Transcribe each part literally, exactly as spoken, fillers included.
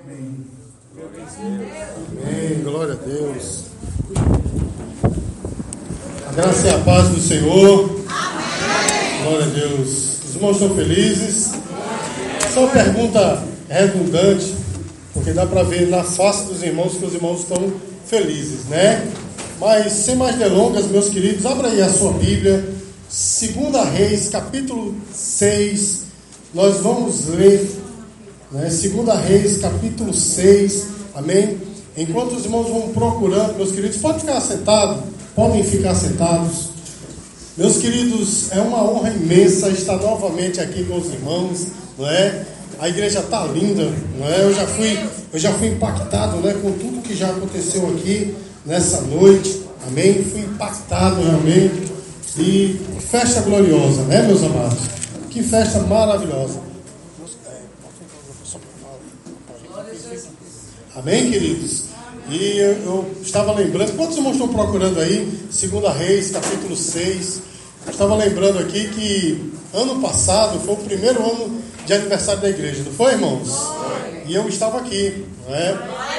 Amém. Amém. Glória a Deus. A graça e a paz do Senhor. Amém. Glória a Deus. Os irmãos estão felizes? Só uma pergunta redundante, porque dá para ver na face dos irmãos que os irmãos estão felizes, né? Mas sem mais delongas, meus queridos, abra aí a sua Bíblia, Segunda Reis, capítulo seis. Nós vamos ler, né? Segunda Reis, capítulo seis, amém? Enquanto os irmãos vão procurando, meus queridos, podem ficar sentados, podem ficar sentados. Meus queridos, é uma honra imensa estar novamente aqui com os irmãos, não é? A igreja está linda, não é? Eu já fui, eu já fui impactado, né, com tudo que já aconteceu aqui nessa noite, amém? Fui impactado realmente. E festa gloriosa, né, meus amados? Que festa maravilhosa. Amém, queridos? E eu, eu estava lembrando, quantos irmãos estão procurando aí? Segunda Reis, capítulo seis. Eu estava lembrando aqui que ano passado foi o primeiro ano de aniversário da igreja, não foi, irmãos? Foi. E eu estava aqui, não é?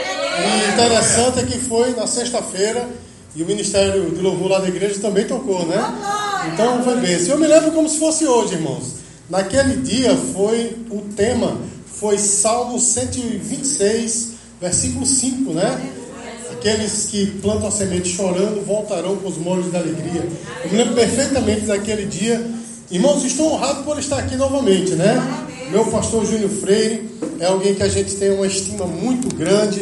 E interessante é que foi na sexta-feira e o Ministério de Louvor lá da igreja também tocou, né? Então foi bem. Eu me lembro como se fosse hoje, irmãos. Naquele dia foi, o tema foi Salmo cento e vinte e seis, versículo cinco, né? Aqueles que plantam a semente chorando voltarão com os molhos da alegria. Eu me lembro perfeitamente daquele dia. Irmãos, estou honrado por estar aqui novamente, né? Meu pastor Júnior Freire é alguém que a gente tem uma estima muito grande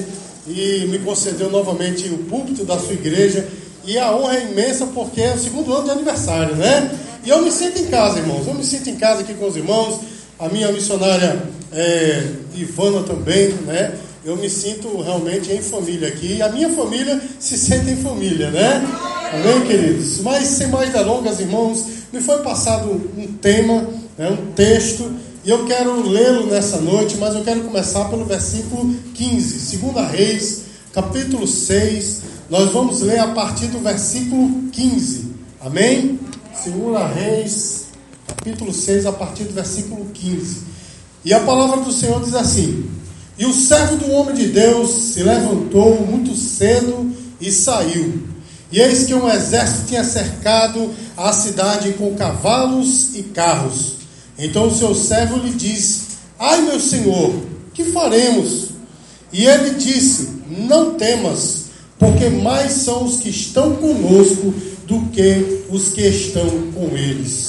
e me concedeu novamente o púlpito da sua igreja. E a honra é imensa porque é o segundo ano de aniversário, né? E eu me sinto em casa, irmãos. Eu me sinto em casa aqui com os irmãos. A minha missionária é, Ivana também, né? Eu me sinto realmente em família aqui. E a minha família se sente em família, né? Amém, queridos? Mas sem mais delongas, irmãos, me foi passado um tema, né, um texto, e eu quero lê-lo nessa noite, mas eu quero começar pelo versículo quinze. Segunda Reis, capítulo seis. Nós vamos ler a partir do versículo quinze. Amém? Segunda Reis, capítulo seis, a partir do versículo quinze. E a palavra do Senhor diz assim: E o servo do homem de Deus se levantou muito cedo e saiu. E eis que um exército tinha cercado a cidade com cavalos e carros. Então o seu servo lhe disse: Ai, meu senhor, que faremos? E ele disse: Não temas, porque mais são os que estão conosco do que os que estão com eles.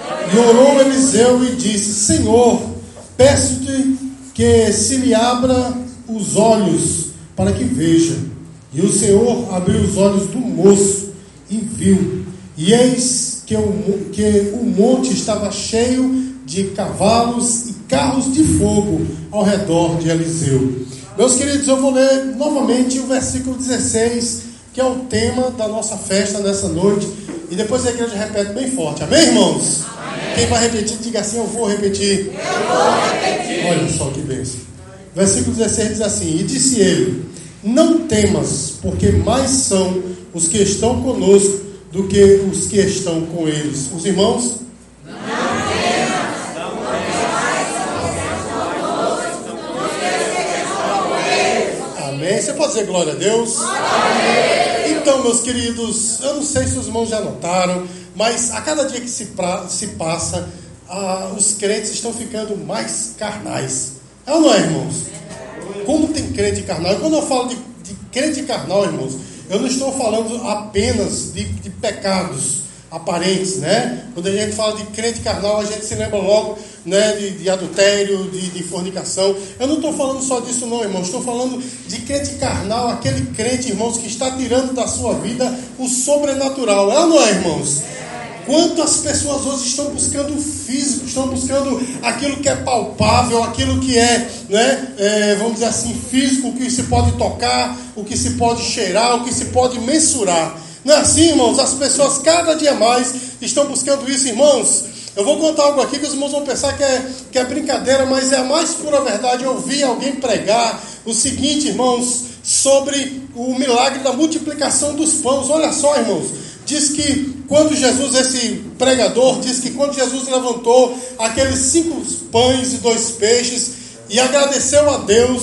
E orou Eliseu e disse: Senhor, peço-te que se lhe abra os olhos para que veja. E o Senhor abriu os olhos do moço e viu. E eis que o, que o monte estava cheio de cavalos e carros de fogo ao redor de Eliseu. Meus queridos, eu vou ler novamente o versículo dezesseis, que é o tema da nossa festa nessa noite. E depois a igreja repete bem forte. Amém, irmãos? Amém. Quem vai repetir, diga assim: eu vou repetir. Eu vou repetir. Olha só que bênção. Versículo dezesseis diz assim: E disse ele: Não temas, porque mais são os que estão conosco do que os que estão com eles. Os irmãos? Não temas, porque mais são os que estão conosco do que os que estão com eles. Amém? Você pode dizer glória a Deus? Amém. Então, meus queridos, eu não sei se os irmãos já notaram, mas a cada dia que se, pra, se passa, ah, os crentes estão ficando mais carnais. É ou não é, irmãos? Como tem crente carnal? E quando eu falo de, de crente carnal, irmãos, eu não estou falando apenas de, de pecados aparentes, né? Quando a gente fala de crente carnal, a gente se lembra logo, né, de, de adultério, de, de fornicação. Eu não estou falando só disso não, irmãos. Estou falando de crente carnal, aquele crente, irmãos, que está tirando da sua vida o sobrenatural. É ou não é, irmãos? Quantas pessoas hoje estão buscando o físico, estão buscando aquilo que é palpável, aquilo que é, né, é, vamos dizer assim, físico, o que se pode tocar, o que se pode cheirar, o que se pode mensurar. Não é assim, irmãos? As pessoas cada dia mais estão buscando isso, irmãos. Eu vou contar algo aqui que os irmãos vão pensar que é, que é brincadeira, mas é a mais pura verdade. Eu ouvi alguém pregar o seguinte, irmãos, sobre o milagre da multiplicação dos pães. Olha só, irmãos. Diz que quando Jesus, esse pregador, diz que quando Jesus levantou aqueles cinco pães e dois peixes e agradeceu a Deus,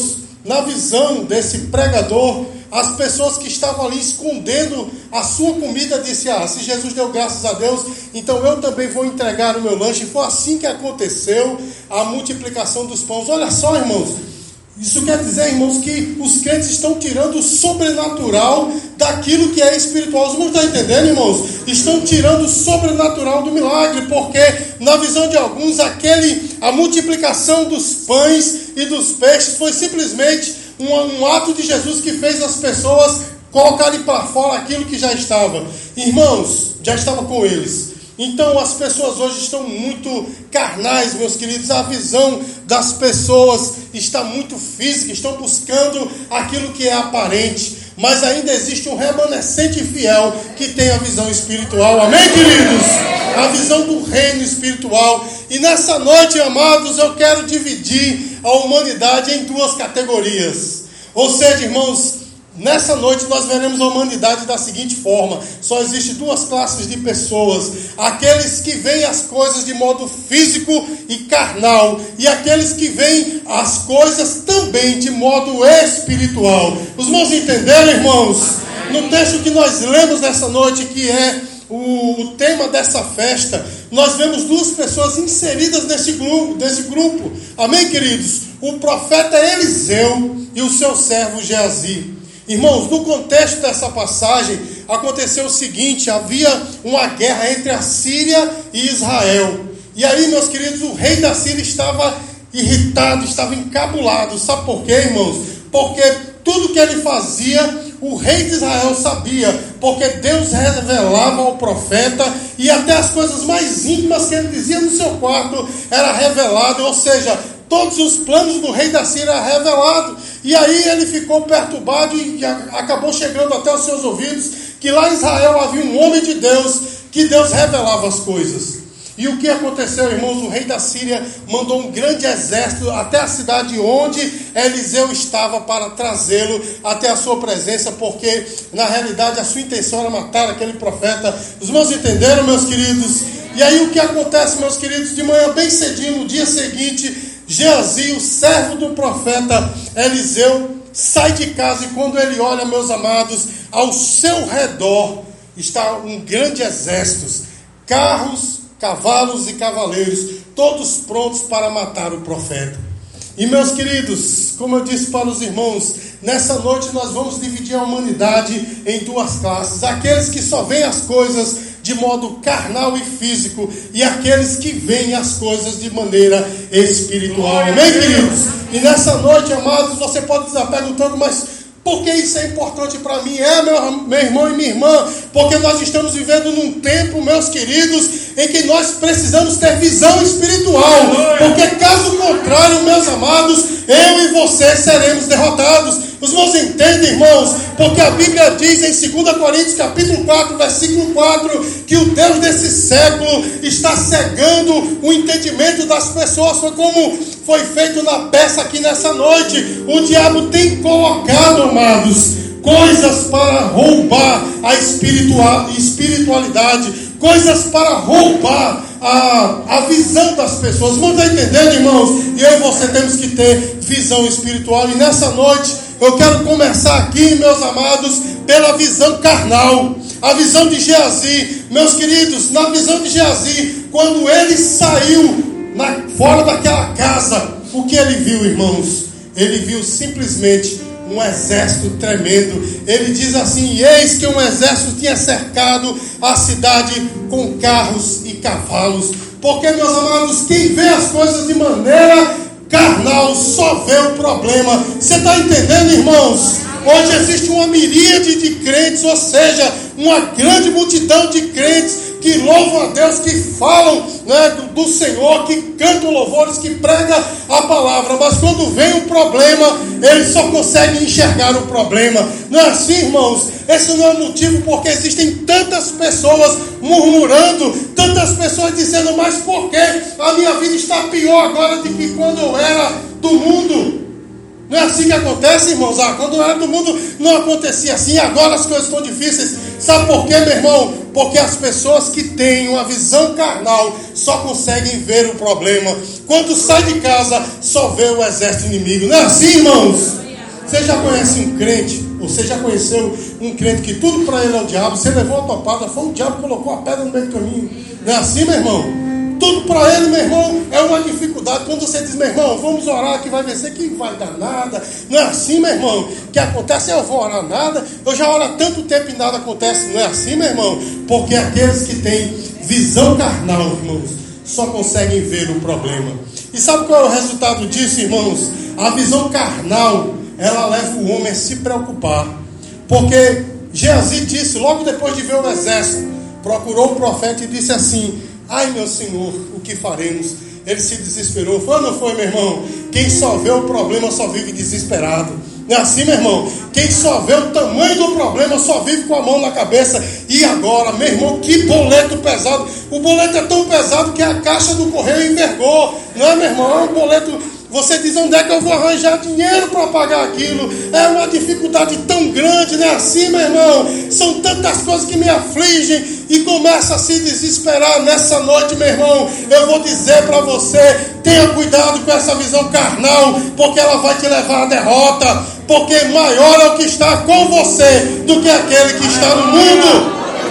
na visão desse pregador, as pessoas que estavam ali escondendo a sua comida disse: ah, se Jesus deu graças a Deus, então eu também vou entregar o meu lanche. E foi assim que aconteceu a multiplicação dos pães. Olha só, irmãos, isso quer dizer, irmãos, que os crentes estão tirando o sobrenatural daquilo que é espiritual. Os irmãos estão entendendo, irmãos? Estão tirando o sobrenatural do milagre, porque na visão de alguns, aquele, a multiplicação dos pães e dos peixes foi simplesmente um, um ato de Jesus que fez as pessoas colocarem para fora aquilo que já estava. Irmãos, já estava com eles. Então as pessoas hoje estão muito carnais, meus queridos. A visão das pessoas está muito física, estão buscando aquilo que é aparente. Mas ainda existe um remanescente fiel que tem a visão espiritual. Amém, queridos? A visão do reino espiritual. E nessa noite, amados, eu quero dividir a humanidade em duas categorias. Ou seja, irmãos, nessa noite nós veremos a humanidade da seguinte forma: só existem duas classes de pessoas: aqueles que veem as coisas de modo físico e carnal, e aqueles que veem as coisas também de modo espiritual. Os irmãos entenderam, irmãos? No texto que nós lemos nessa noite, que é o, o tema dessa festa, nós vemos duas pessoas inseridas nesse grupo, nesse grupo. Amém, queridos? O profeta Eliseu e o seu servo Geazi. Irmãos, no contexto dessa passagem, aconteceu o seguinte: havia uma guerra entre a Síria e Israel. E aí, meus queridos, o rei da Síria estava irritado, estava encabulado. Sabe por quê, irmãos? Porque tudo que ele fazia, o rei de Israel sabia, porque Deus revelava ao profeta, e até as coisas mais íntimas que ele dizia no seu quarto era revelado, ou seja, todos os planos do rei da Síria eram revelados. E aí ele ficou perturbado e acabou chegando até os seus ouvidos que lá em Israel havia um homem de Deus, que Deus revelava as coisas. E o que aconteceu, irmãos? O rei da Síria mandou um grande exército até a cidade onde Eliseu estava para trazê-lo até a sua presença, porque na realidade a sua intenção era matar aquele profeta. Os irmãos entenderam, meus queridos? E aí o que acontece, meus queridos? De manhã bem cedinho, no dia seguinte, Geazi, o servo do profeta Eliseu, sai de casa, e quando ele olha, meus amados, ao seu redor está um grande exército, carros, cavalos e cavaleiros, todos prontos para matar o profeta. E meus queridos, como eu disse para os irmãos, nessa noite nós vamos dividir a humanidade em duas classes: aqueles que só veem as coisas de modo carnal e físico, e aqueles que veem as coisas de maneira espiritual. Amém, queridos? E nessa noite, amados, você pode estar perguntando: mas por que isso é importante para mim? É, meu, meu irmão e minha irmã, porque nós estamos vivendo num tempo, meus queridos, em que nós precisamos ter visão espiritual, porque caso contrário, meus amados, eu e você seremos derrotados. Os irmãos entendem, irmãos? Porque a Bíblia diz em segunda Coríntios capítulo quatro, versículo quatro, que o Deus desse século está cegando o entendimento das pessoas. Foi como foi feito na peça aqui nessa noite. O diabo tem colocado, amados, coisas para roubar a espiritual, espiritualidade, coisas para roubar a, a visão das pessoas. Não está entendendo, irmãos? E eu e você temos que ter visão espiritual. E nessa noite eu quero começar aqui, meus amados, pela visão carnal, a visão de Geazi. Meus queridos, na visão de Geazi, quando ele saiu na, fora daquela casa, o que ele viu, irmãos? Ele viu simplesmente um exército tremendo. Ele diz assim: eis que um exército tinha cercado a cidade com carros e cavalos. Porque, meus amados, quem vê as coisas de maneira carnal só vê o problema. Você está entendendo, irmãos? Hoje existe uma miríade de crentes, ou seja, uma grande multidão de crentes que louvam a Deus, que falam, né, do, do Senhor, que cantam louvores, que pregam a palavra, mas quando vem um problema, eles só conseguem enxergar o problema. Não é assim, irmãos? Esse não é o motivo porque existem tantas pessoas murmurando, tantas pessoas dizendo: mas por que a minha vida está pior agora do que quando eu era do mundo? Não é assim que acontece, irmãos? Ah, quando eu era do mundo não acontecia assim, agora as coisas estão difíceis. Sabe por quê, meu irmão? Porque as pessoas que têm uma visão carnal só conseguem ver o problema. Quando sai de casa, só vê o exército inimigo. Não é assim, irmãos? Você já conhece um crente, ou você já conheceu um crente que tudo para ele é o diabo? Você levou a topada, foi o diabo que colocou a pedra no meio do caminho. Não é assim, meu irmão? Tudo para ele, meu irmão, é uma dificuldade. Quando você diz, meu irmão, vamos orar que vai vencer, que vai dar nada. Não é assim, meu irmão, que acontece, eu vou orar nada. Eu já oro há tanto tempo e nada acontece. Não é assim, meu irmão? Porque aqueles que têm visão carnal, irmãos, só conseguem ver o problema. E sabe qual é o resultado disso, irmãos? A visão carnal, ela leva o homem a se preocupar. Porque Geazi disse, logo depois de ver o exército, procurou o profeta e disse assim: ai, meu Senhor, o que faremos? Ele se desesperou. Foi ou não foi, meu irmão? Quem só vê o problema só vive desesperado. Não é assim, meu irmão? Quem só vê o tamanho do problema só vive com a mão na cabeça. E agora, meu irmão, que boleto pesado. O boleto é tão pesado que a caixa do correio envergou. Não é, meu irmão? É um boleto... Você diz, onde é que eu vou arranjar dinheiro para pagar aquilo? É uma dificuldade tão grande, não é assim, meu irmão? São tantas coisas que me afligem e começa a se desesperar nessa noite, meu irmão. Eu vou dizer para você, tenha cuidado com essa visão carnal, porque ela vai te levar à derrota. Porque maior é o que está com você do que aquele que está no mundo.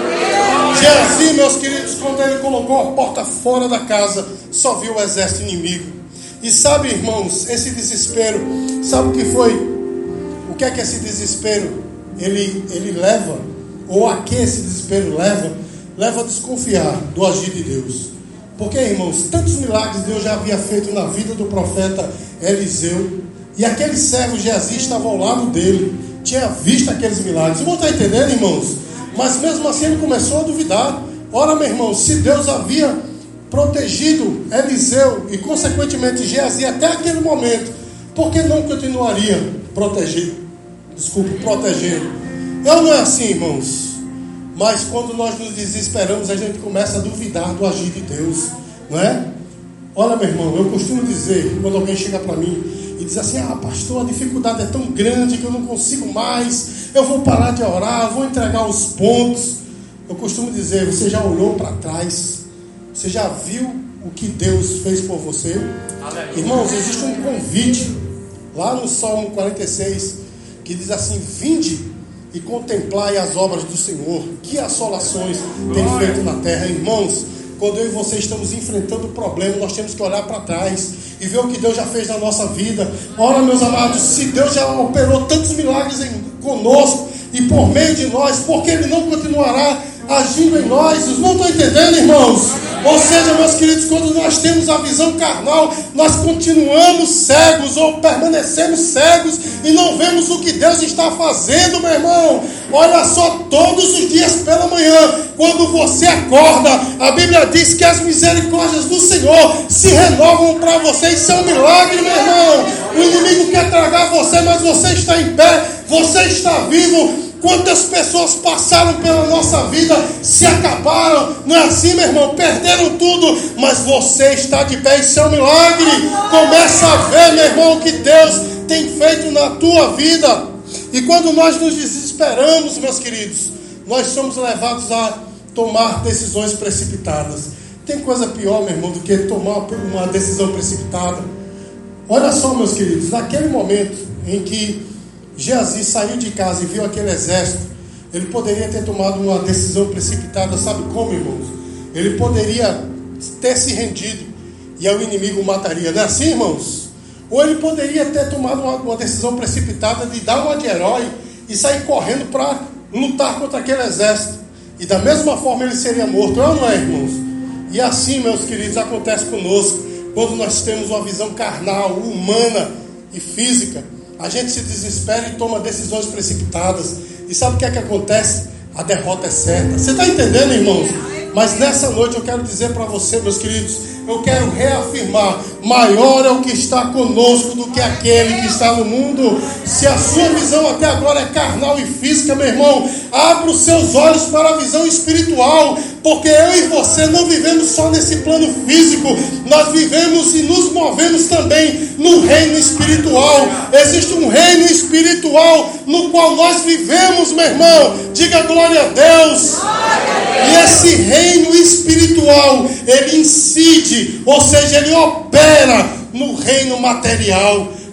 Geazi, meus queridos, quando ele colocou a porta fora da casa, só viu o exército inimigo. E sabe, irmãos, esse desespero, sabe o que foi? O que é que esse desespero ele, ele leva? Ou a que esse desespero leva? Leva a desconfiar do agir de Deus. Porque, irmãos, tantos milagres Deus já havia feito na vida do profeta Eliseu. E aquele servo Geazi estava ao lado dele, tinha visto aqueles milagres. Vocês vão estar entendendo, irmãos? Mas mesmo assim ele começou a duvidar. Ora, meu irmão, se Deus havia protegido Eliseu e consequentemente Geazi até aquele momento, por que não continuaria protegido? Desculpe, protegendo. Eu não é assim, irmãos. Mas quando nós nos desesperamos, a gente começa a duvidar do agir de Deus, não é? Olha, meu irmão, eu costumo dizer, quando alguém chega para mim e diz assim: ah, pastor, a dificuldade é tão grande que eu não consigo mais, eu vou parar de orar, vou entregar os pontos. Eu costumo dizer, você já olhou para trás? Você já viu o que Deus fez por você? Aleluia. Irmãos, existe um convite lá no Salmo quarenta e seis que diz assim: vinde e contemplai as obras do Senhor, que assolações tem feito na terra. Irmãos, quando eu e você estamos enfrentando o problema, nós temos que olhar para trás e ver o que Deus já fez na nossa vida. Ora, meus amados, se Deus já operou tantos milagres em, conosco e por meio de nós, por que Ele não continuará agindo em nós? Vocês não estão entendendo, irmãos? Ou seja, meus queridos, quando nós temos a visão carnal, nós continuamos cegos ou permanecemos cegos e não vemos o que Deus está fazendo, meu irmão. Olha só, todos os dias pela manhã, quando você acorda, a Bíblia diz que as misericórdias do Senhor se renovam para você. Isso é um milagre, meu irmão. O inimigo quer tragar você, mas você está em pé, você está vivo. Quantas pessoas passaram pela nossa vida, se acabaram, não é assim, meu irmão? Perderam tudo, mas você está de pé, isso é um milagre. Começa a ver, meu irmão, o que Deus tem feito na tua vida. E quando nós nos desesperamos, meus queridos, nós somos levados a tomar decisões precipitadas. Tem coisa pior, meu irmão, do que tomar uma decisão precipitada. Olha só, meus queridos, naquele momento em que Geazi saiu de casa e viu aquele exército, ele poderia ter tomado uma decisão precipitada. Sabe como, irmãos? Ele poderia ter se rendido e aí o inimigo o mataria. Não é assim, irmãos? Ou ele poderia ter tomado uma, uma decisão precipitada de dar uma de herói e sair correndo para lutar contra aquele exército. E da mesma forma ele seria morto. É ou não é, irmãos? E assim, meus queridos, acontece conosco quando nós temos uma visão carnal, humana e física. A gente se desespera e toma decisões precipitadas. E sabe o que é que acontece? A derrota é certa. Você está entendendo, irmãos? Mas nessa noite eu quero dizer para você, meus queridos, eu quero reafirmar: maior é o que está conosco do que aquele que está no mundo. Se a sua visão até agora é carnal e física, meu irmão, abra os seus olhos para a visão espiritual, porque eu e você não vivemos só nesse plano físico, nós vivemos e nos movemos também no reino espiritual. Existe um reino espiritual no qual nós vivemos, meu irmão. Diga glória a Deus. E esse reino espiritual, ele incide, ou seja, ele opera no reino material.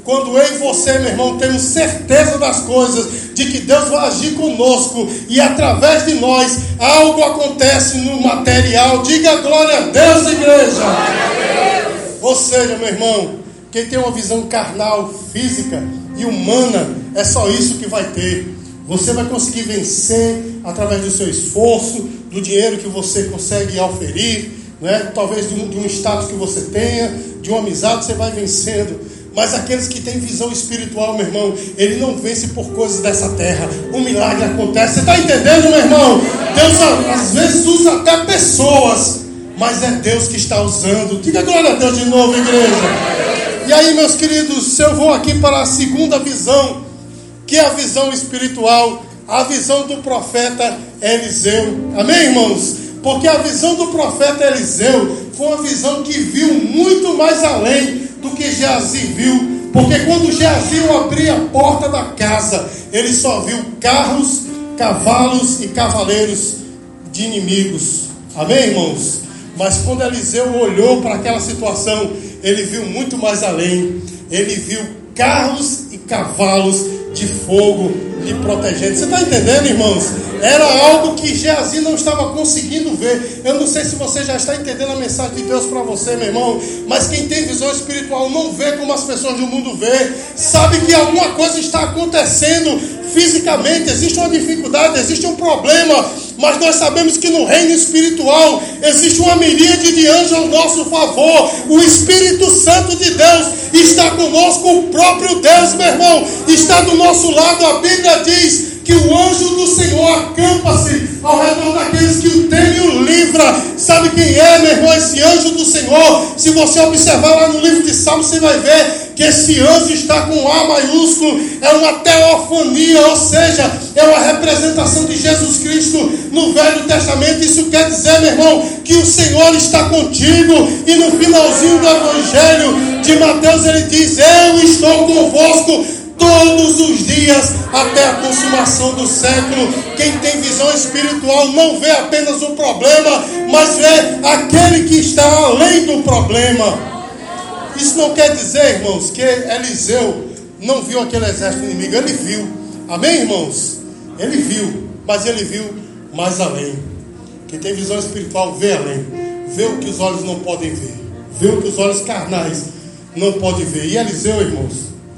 quando eu e você, meu irmão, temos certeza das coisas, de que Deus vai agir conosco e através de nós algo acontece no material. Diga glória a Deus, igreja. Glória a Deus. Ou seja, meu irmão, quem tem uma visão carnal, física e humana, é só isso que vai ter. Você vai conseguir vencer através do seu esforço, do dinheiro que você consegue oferir, né? Talvez de um, de um status que você tenha, de uma amizade, você vai vencendo. Mas aqueles que têm visão espiritual, meu irmão, ele não vence por coisas dessa terra. O milagre acontece. Você está entendendo, meu irmão? Deus às vezes usa até pessoas, mas é Deus que está usando. Diga glória a Deus de novo, igreja. E aí, meus queridos, eu vou aqui para a segunda visão, que é a visão espiritual, a visão do profeta Eliseu. Amém, irmãos? Porque a visão do profeta Eliseu foi uma visão que viu muito mais além do que Geazi viu. Porque quando Geazi abria a porta da casa, ele só viu carros, cavalos e cavaleiros de inimigos. Amém, irmãos? Mas quando Eliseu olhou para aquela situação, ele viu muito mais além. Ele viu carros e cavalos de fogo lhe protegendo. Você está entendendo, irmãos? Era algo que Geazi não estava conseguindo ver. Eu não sei se você já está entendendo a mensagem de Deus para você, meu irmão, mas quem tem visão espiritual não vê como as pessoas do mundo vê. Sabe que alguma coisa está acontecendo fisicamente, existe uma dificuldade, existe um problema, mas nós sabemos que no reino espiritual existe uma miríade de anjos ao nosso favor. O Espírito Santo de Deus está conosco, o próprio Deus, meu irmão, está do nosso lado. A Bíblia diz que o anjo do Senhor acampa-se ao redor daqueles que o temem e o livra. Sabe quem é, meu irmão, esse anjo do Senhor? Se você observar lá no livro de Salmos, você vai ver que esse anjo está com A maiúsculo, é uma teofania, ou seja, é uma representação de Jesus Cristo no Velho Testamento. Isso quer dizer, meu irmão, que o Senhor está contigo. E no finalzinho do Evangelho de Mateus ele diz: eu estou convosco todos os dias até a consumação do século. Quem tem visão espiritual não vê apenas o problema, mas vê aquele que está além do problema. Isso não quer dizer, irmãos, que Eliseu não viu aquele exército inimigo. Ele viu. Amém, irmãos? Ele viu, mas ele viu mais além. Quem tem visão espiritual vê além. Vê o que os olhos não podem ver. Vê o que os olhos carnais não podem ver. E Eliseu, irmãos,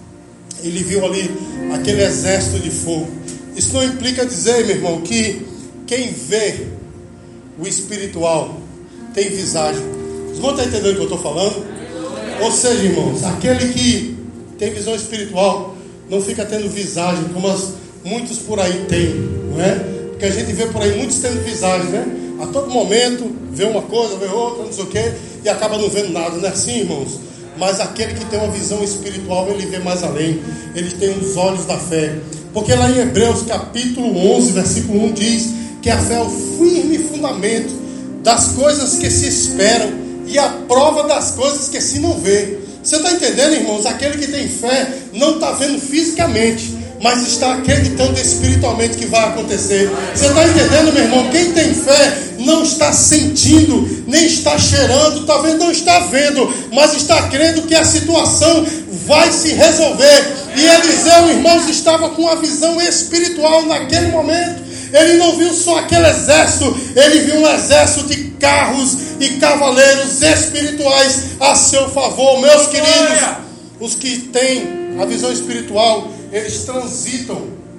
ele viu ali aquele exército de fogo. Isso não implica dizer, meu irmão, que quem vê o espiritual tem visagem. Os irmãos estão entendendo o que eu estou falando? Ou seja, irmãos, aquele que tem visão espiritual não fica tendo visagem, como as, muitos por aí têm, não é? Porque a gente vê por aí muitos tendo visagem, né? A todo momento vê uma coisa, vê outra, não sei o quê, e acaba não vendo nada, não é assim, irmãos? Mas aquele que tem uma visão espiritual, ele vê mais além. Ele tem os olhos da fé. Porque lá em Hebreus capítulo onze, versículo um diz que a fé é o firme fundamento das coisas que se esperam e a prova das coisas que se não vê. Você está entendendo, irmãos? Aquele que tem fé não está vendo fisicamente, mas está acreditando espiritualmente que vai acontecer. Você está entendendo, meu irmão? Quem tem fé não está sentindo, nem está cheirando, talvez não está vendo, mas está crendo que a situação vai se resolver. E Eliseu, irmãos, estava com a visão espiritual naquele momento. Ele não viu só aquele exército, ele viu um exército de carros e cavaleiros espirituais a seu favor. Meus queridos, os que têm a visão espiritual, eles transitam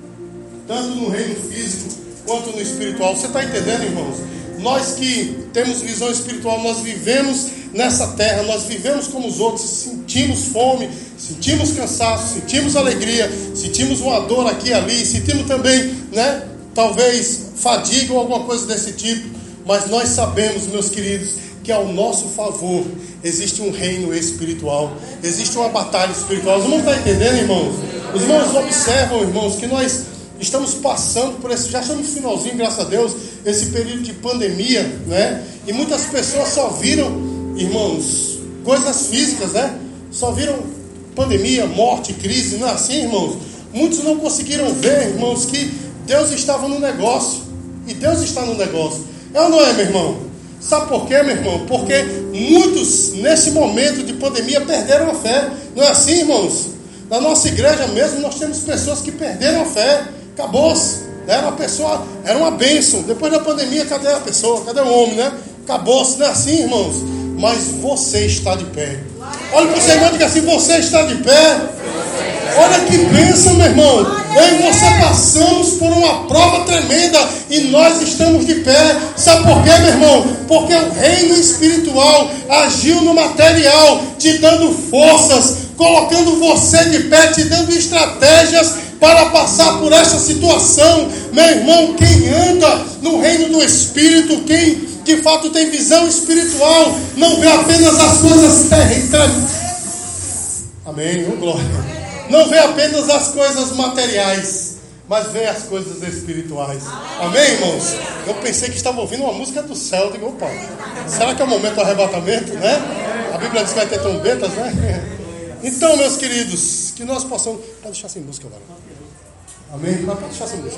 tanto no reino físico quanto no espiritual. Você está entendendo, irmãos? Nós que temos visão espiritual, nós vivemos nessa terra, nós vivemos como os outros, sentimos fome, sentimos cansaço, sentimos alegria, sentimos uma dor aqui e ali, sentimos também, né, talvez fadiga ou alguma coisa desse tipo, mas nós sabemos, meus queridos, que ao nosso favor existe um reino espiritual, existe uma batalha espiritual. Os irmãos estão entendendo, irmãos? Os irmãos observam, irmãos, que nós estamos passando por esse, já estamos no finalzinho, graças a Deus, esse período de pandemia, né? E muitas pessoas só viram, irmãos, coisas físicas, né? Só viram pandemia, morte, crise, não é assim, irmãos? Muitos não conseguiram ver, irmãos, que Deus estava no negócio, e Deus está no negócio. É ou não é, meu irmão? Sabe por quê, meu irmão? Porque muitos, nesse momento de pandemia, perderam a fé. Não é assim, irmãos? Na nossa igreja mesmo, nós temos pessoas que perderam a fé. Acabou-se. Era uma pessoa, era uma bênção. Depois da pandemia, cadê a pessoa? Cadê o homem, né? Acabou-se, não é assim, irmãos? Mas você está de pé. Olha para o seu irmão e diga assim: você está de pé. Olha que bênção, meu irmão. Eu e você passamos por uma prova tremenda e nós estamos de pé. Sabe por quê, meu irmão? Porque o reino espiritual agiu no material, te dando forças, colocando você de pé, te dando estratégias para passar por essa situação. Meu irmão, quem anda no reino do Espírito, quem de fato tem visão espiritual, não vê apenas as coisas terrenas. Amém, oh, glória. Não vê apenas as coisas materiais, mas vê as coisas espirituais. Amém, irmãos? Eu pensei que estava ouvindo uma música do céu. Eu digo, opa, será que é o momento do arrebatamento, né? A Bíblia diz que vai ter trombetas, né? Então, meus queridos, que nós possamos... Pode deixar sem música agora. Amém? Mas pode deixar sem música.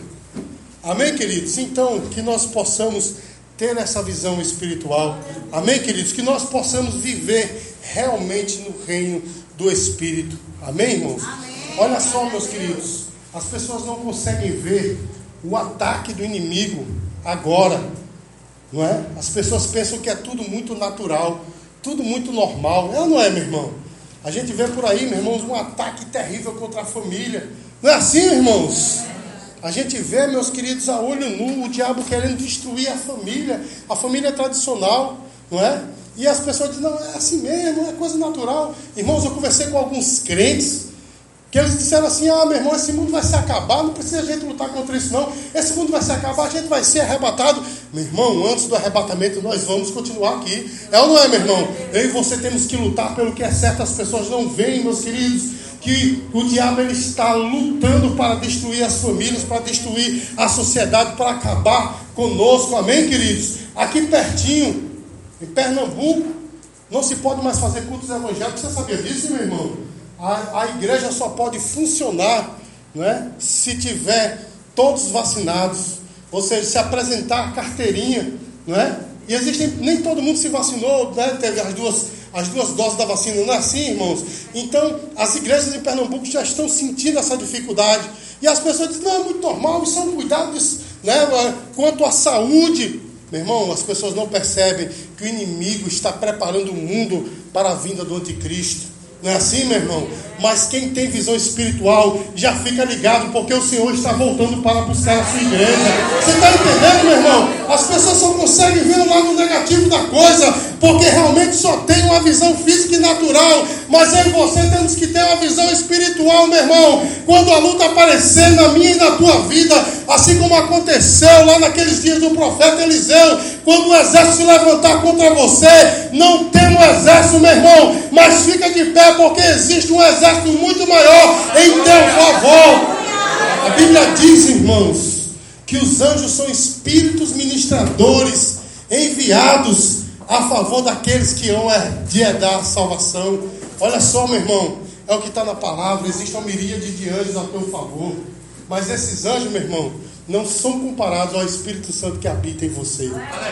Amém, queridos? Então, que nós possamos ter essa visão espiritual. Amém, queridos? Que nós possamos viver realmente no reino do Espírito. Amém, irmãos? Amém. Olha só, meus queridos, as pessoas não conseguem ver o ataque do inimigo agora, não é? As pessoas pensam que é tudo muito natural, tudo muito normal. É ou não é, meu irmão? A gente vê por aí, meus irmãos, um ataque terrível contra a família. Não é assim, irmãos? A gente vê, meus queridos, a olho nu, o diabo querendo destruir a família, a família tradicional, não é? E as pessoas dizem, não, é assim mesmo, é coisa natural. Irmãos, eu conversei com alguns crentes, que eles disseram assim, ah, meu irmão, esse mundo vai se acabar, não precisa a gente lutar contra isso não, esse mundo vai se acabar, a gente vai ser arrebatado. Meu irmão, antes do arrebatamento nós vamos continuar aqui. É ou não é, meu irmão? Eu e você temos que lutar pelo que é certo. As pessoas não veem, meus queridos, que o diabo ele está lutando para destruir as famílias, para destruir a sociedade, para acabar conosco. Amém, queridos? Aqui pertinho, em Pernambuco, não se pode mais fazer cultos evangélicos. Você sabia disso, meu irmão? A, a igreja só pode funcionar, não é, se tiver todos vacinados. Ou seja, se apresentar a carteirinha, não é? E existem, nem todo mundo se vacinou, né? Teve as duas, as duas doses da vacina, não é assim, irmãos? Então, as igrejas de Pernambuco já estão sentindo essa dificuldade. E as pessoas dizem, não, é muito normal, isso são cuidados, né? Quanto à saúde. Meu irmão, as pessoas não percebem que o inimigo está preparando o mundo para a vinda do anticristo. Não é assim, meu irmão? Mas quem tem visão espiritual já fica ligado, porque o Senhor está voltando para buscar a sua igreja. Você está entendendo, meu irmão? As pessoas só conseguem ver o lado negativo da coisa, porque realmente só tem uma visão física e natural. Mas eu e você temos que ter uma visão espiritual, meu irmão. Quando a luta aparecer na minha e na tua vida, assim como aconteceu lá naqueles dias do profeta Eliseu, quando o exército se levantar contra você, não tem um exército, meu irmão, mas fica de pé, porque existe um exército muito maior em teu favor. A Bíblia diz, irmãos, que os anjos são espíritos ministradores enviados a favor daqueles que vão herdar a salvação. Olha só, meu irmão, é o que está na palavra. Existe uma miríade de anjos a teu favor, mas esses anjos, meu irmão, não são comparados ao Espírito Santo que habita em você,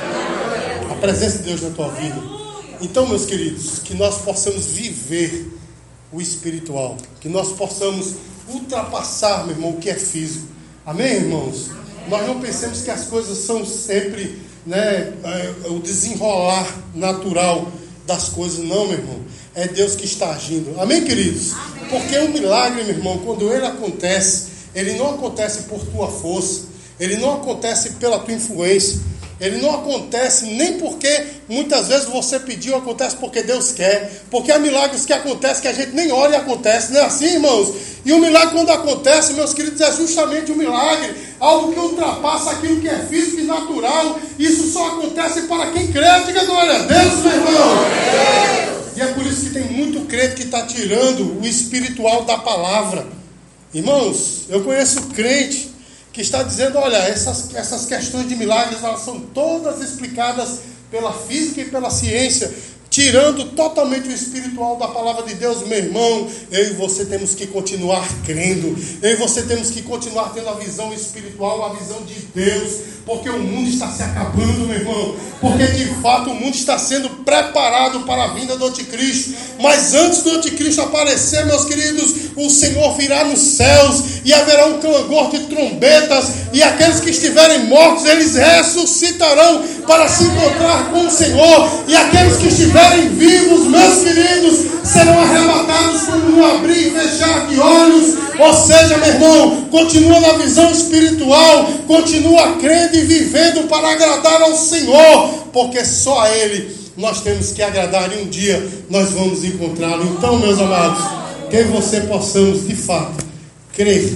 a presença de Deus na tua vida. Então, meus queridos, que nós possamos viver o espiritual, que nós possamos ultrapassar, meu irmão, o que é físico. Amém, irmãos? Nós não pensemos que as coisas são sempre, né, é, o desenrolar natural das coisas. Não, meu irmão, é Deus que está agindo. Amém, queridos? Amém. Porque um milagre, meu irmão, quando ele acontece, ele não acontece por tua força, ele não acontece pela tua influência, ele não acontece nem porque muitas vezes você pediu, acontece porque Deus quer. Porque há milagres que acontecem que a gente nem olha e acontece, não é assim, irmãos? E o milagre, quando acontece, meus queridos, é justamente um milagre, algo que ultrapassa aquilo que é físico e natural. Isso só acontece para quem crê. Diga glória a Deus, meu irmão. E é por isso que tem muito crente que está tirando o espiritual da palavra. Irmãos, eu conheço crente que está dizendo, olha, essas, essas questões de milagres, elas são todas explicadas pela física e pela ciência, tirando totalmente o espiritual da palavra de Deus. Meu irmão, eu e você temos que continuar crendo, eu e você temos que continuar tendo a visão espiritual, a visão de Deus, porque o mundo está se acabando, meu irmão, porque de fato o mundo está sendo preparado para a vinda do anticristo. Mas antes do anticristo aparecer, meus queridos, o Senhor virá nos céus e haverá um clangor de trombetas, e aqueles que estiverem mortos, eles ressuscitarão para se encontrar com o Senhor, e aqueles que estiverem vivos, meus queridos, serão arrebatados como um abrir e fechar de olhos. Ou seja, meu irmão, continua na visão espiritual, continua crendo e vivendo para agradar ao Senhor, porque só a Ele nós temos que agradar, e um dia nós vamos encontrá-lo. Então, meus amados, que você possamos de fato crer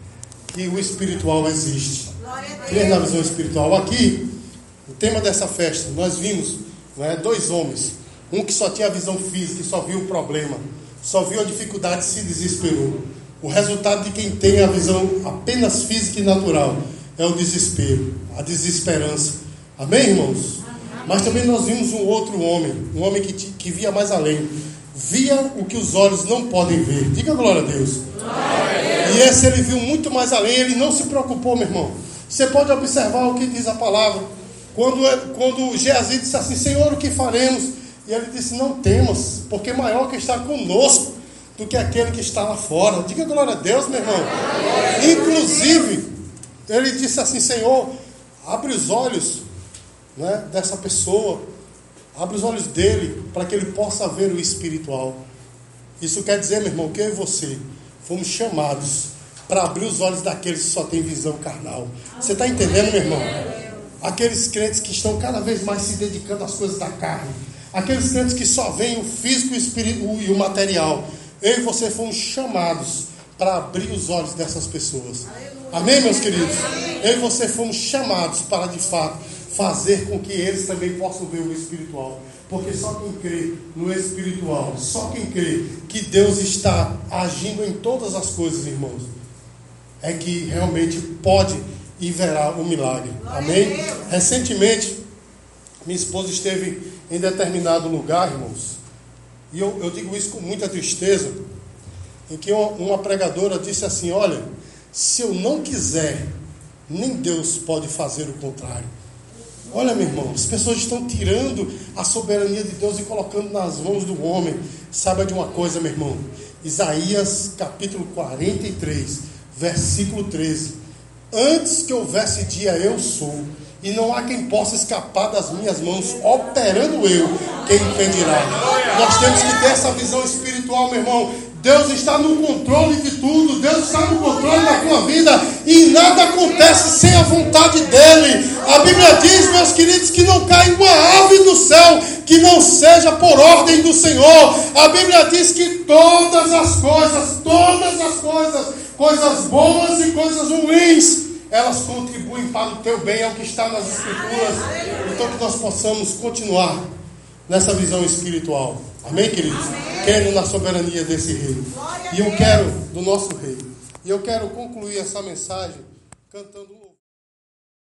que o espiritual existe, crer na visão espiritual. Aqui, o tema dessa festa, nós vimos, não é, dois homens, um que só tinha a visão física, só viu o problema, só viu a dificuldade e se desesperou. O resultado de quem tem a visão apenas física e natural é o desespero, a desesperança. Amém, irmãos? Mas também nós vimos um outro homem, um homem que, que via mais além, via o que os olhos não podem ver. Diga glória a Deus. Glória a Deus. E esse ele viu muito mais além, ele não se preocupou, meu irmão. Você pode observar o que diz a palavra. Quando, quando Geazi disse assim: Senhor, o que faremos? E ele disse: não temas, porque maior que está conosco do que aquele que está lá fora. Diga glória a Deus, meu irmão. Inclusive, ele disse assim: Senhor, abre os olhos, né, dessa pessoa, abre os olhos dele, para que ele possa ver o espiritual. Isso quer dizer, meu irmão, que eu e você fomos chamados para abrir os olhos daqueles que só têm visão carnal. Você está entendendo, meu irmão? Aqueles crentes que estão cada vez mais se dedicando às coisas da carne, aqueles crentes que só veem o físico e o material. Eu e você fomos chamados para abrir os olhos dessas pessoas. Amém, meus queridos? Eu e você fomos chamados para, de fato, fazer com que eles também possam ver o espiritual. Porque só quem crê no espiritual, só quem crê que Deus está agindo em todas as coisas, irmãos, é que realmente pode e verá o milagre. Amém? Recentemente, minha esposa esteve em determinado lugar, irmãos, e eu, eu digo isso com muita tristeza, em que uma, uma pregadora disse assim: olha, se eu não quiser, nem Deus pode fazer o contrário. Olha, meu irmão, as pessoas estão tirando a soberania de Deus e colocando nas mãos do homem. Saiba de uma coisa, meu irmão, Isaías capítulo quarenta e três, versículo treze: antes que houvesse dia, eu sou, e não há quem possa escapar das minhas mãos. Operando eu, quem impedirá? Nós temos que ter essa visão espiritual, meu irmão. Deus está no controle de tudo, Deus está no controle da tua vida, e nada acontece sem a vontade dele. A Bíblia diz, meus queridos, que não cai uma ave do céu que não seja por ordem do Senhor. A Bíblia diz que todas as coisas, todas as coisas, coisas boas e coisas ruins, elas contribuem para o teu bem, é o que está nas Escrituras. Então que nós possamos continuar nessa visão espiritual. Amém, queridos? Amém. Quero na soberania desse rei. E eu quero, do nosso rei. E eu quero concluir essa mensagem cantando um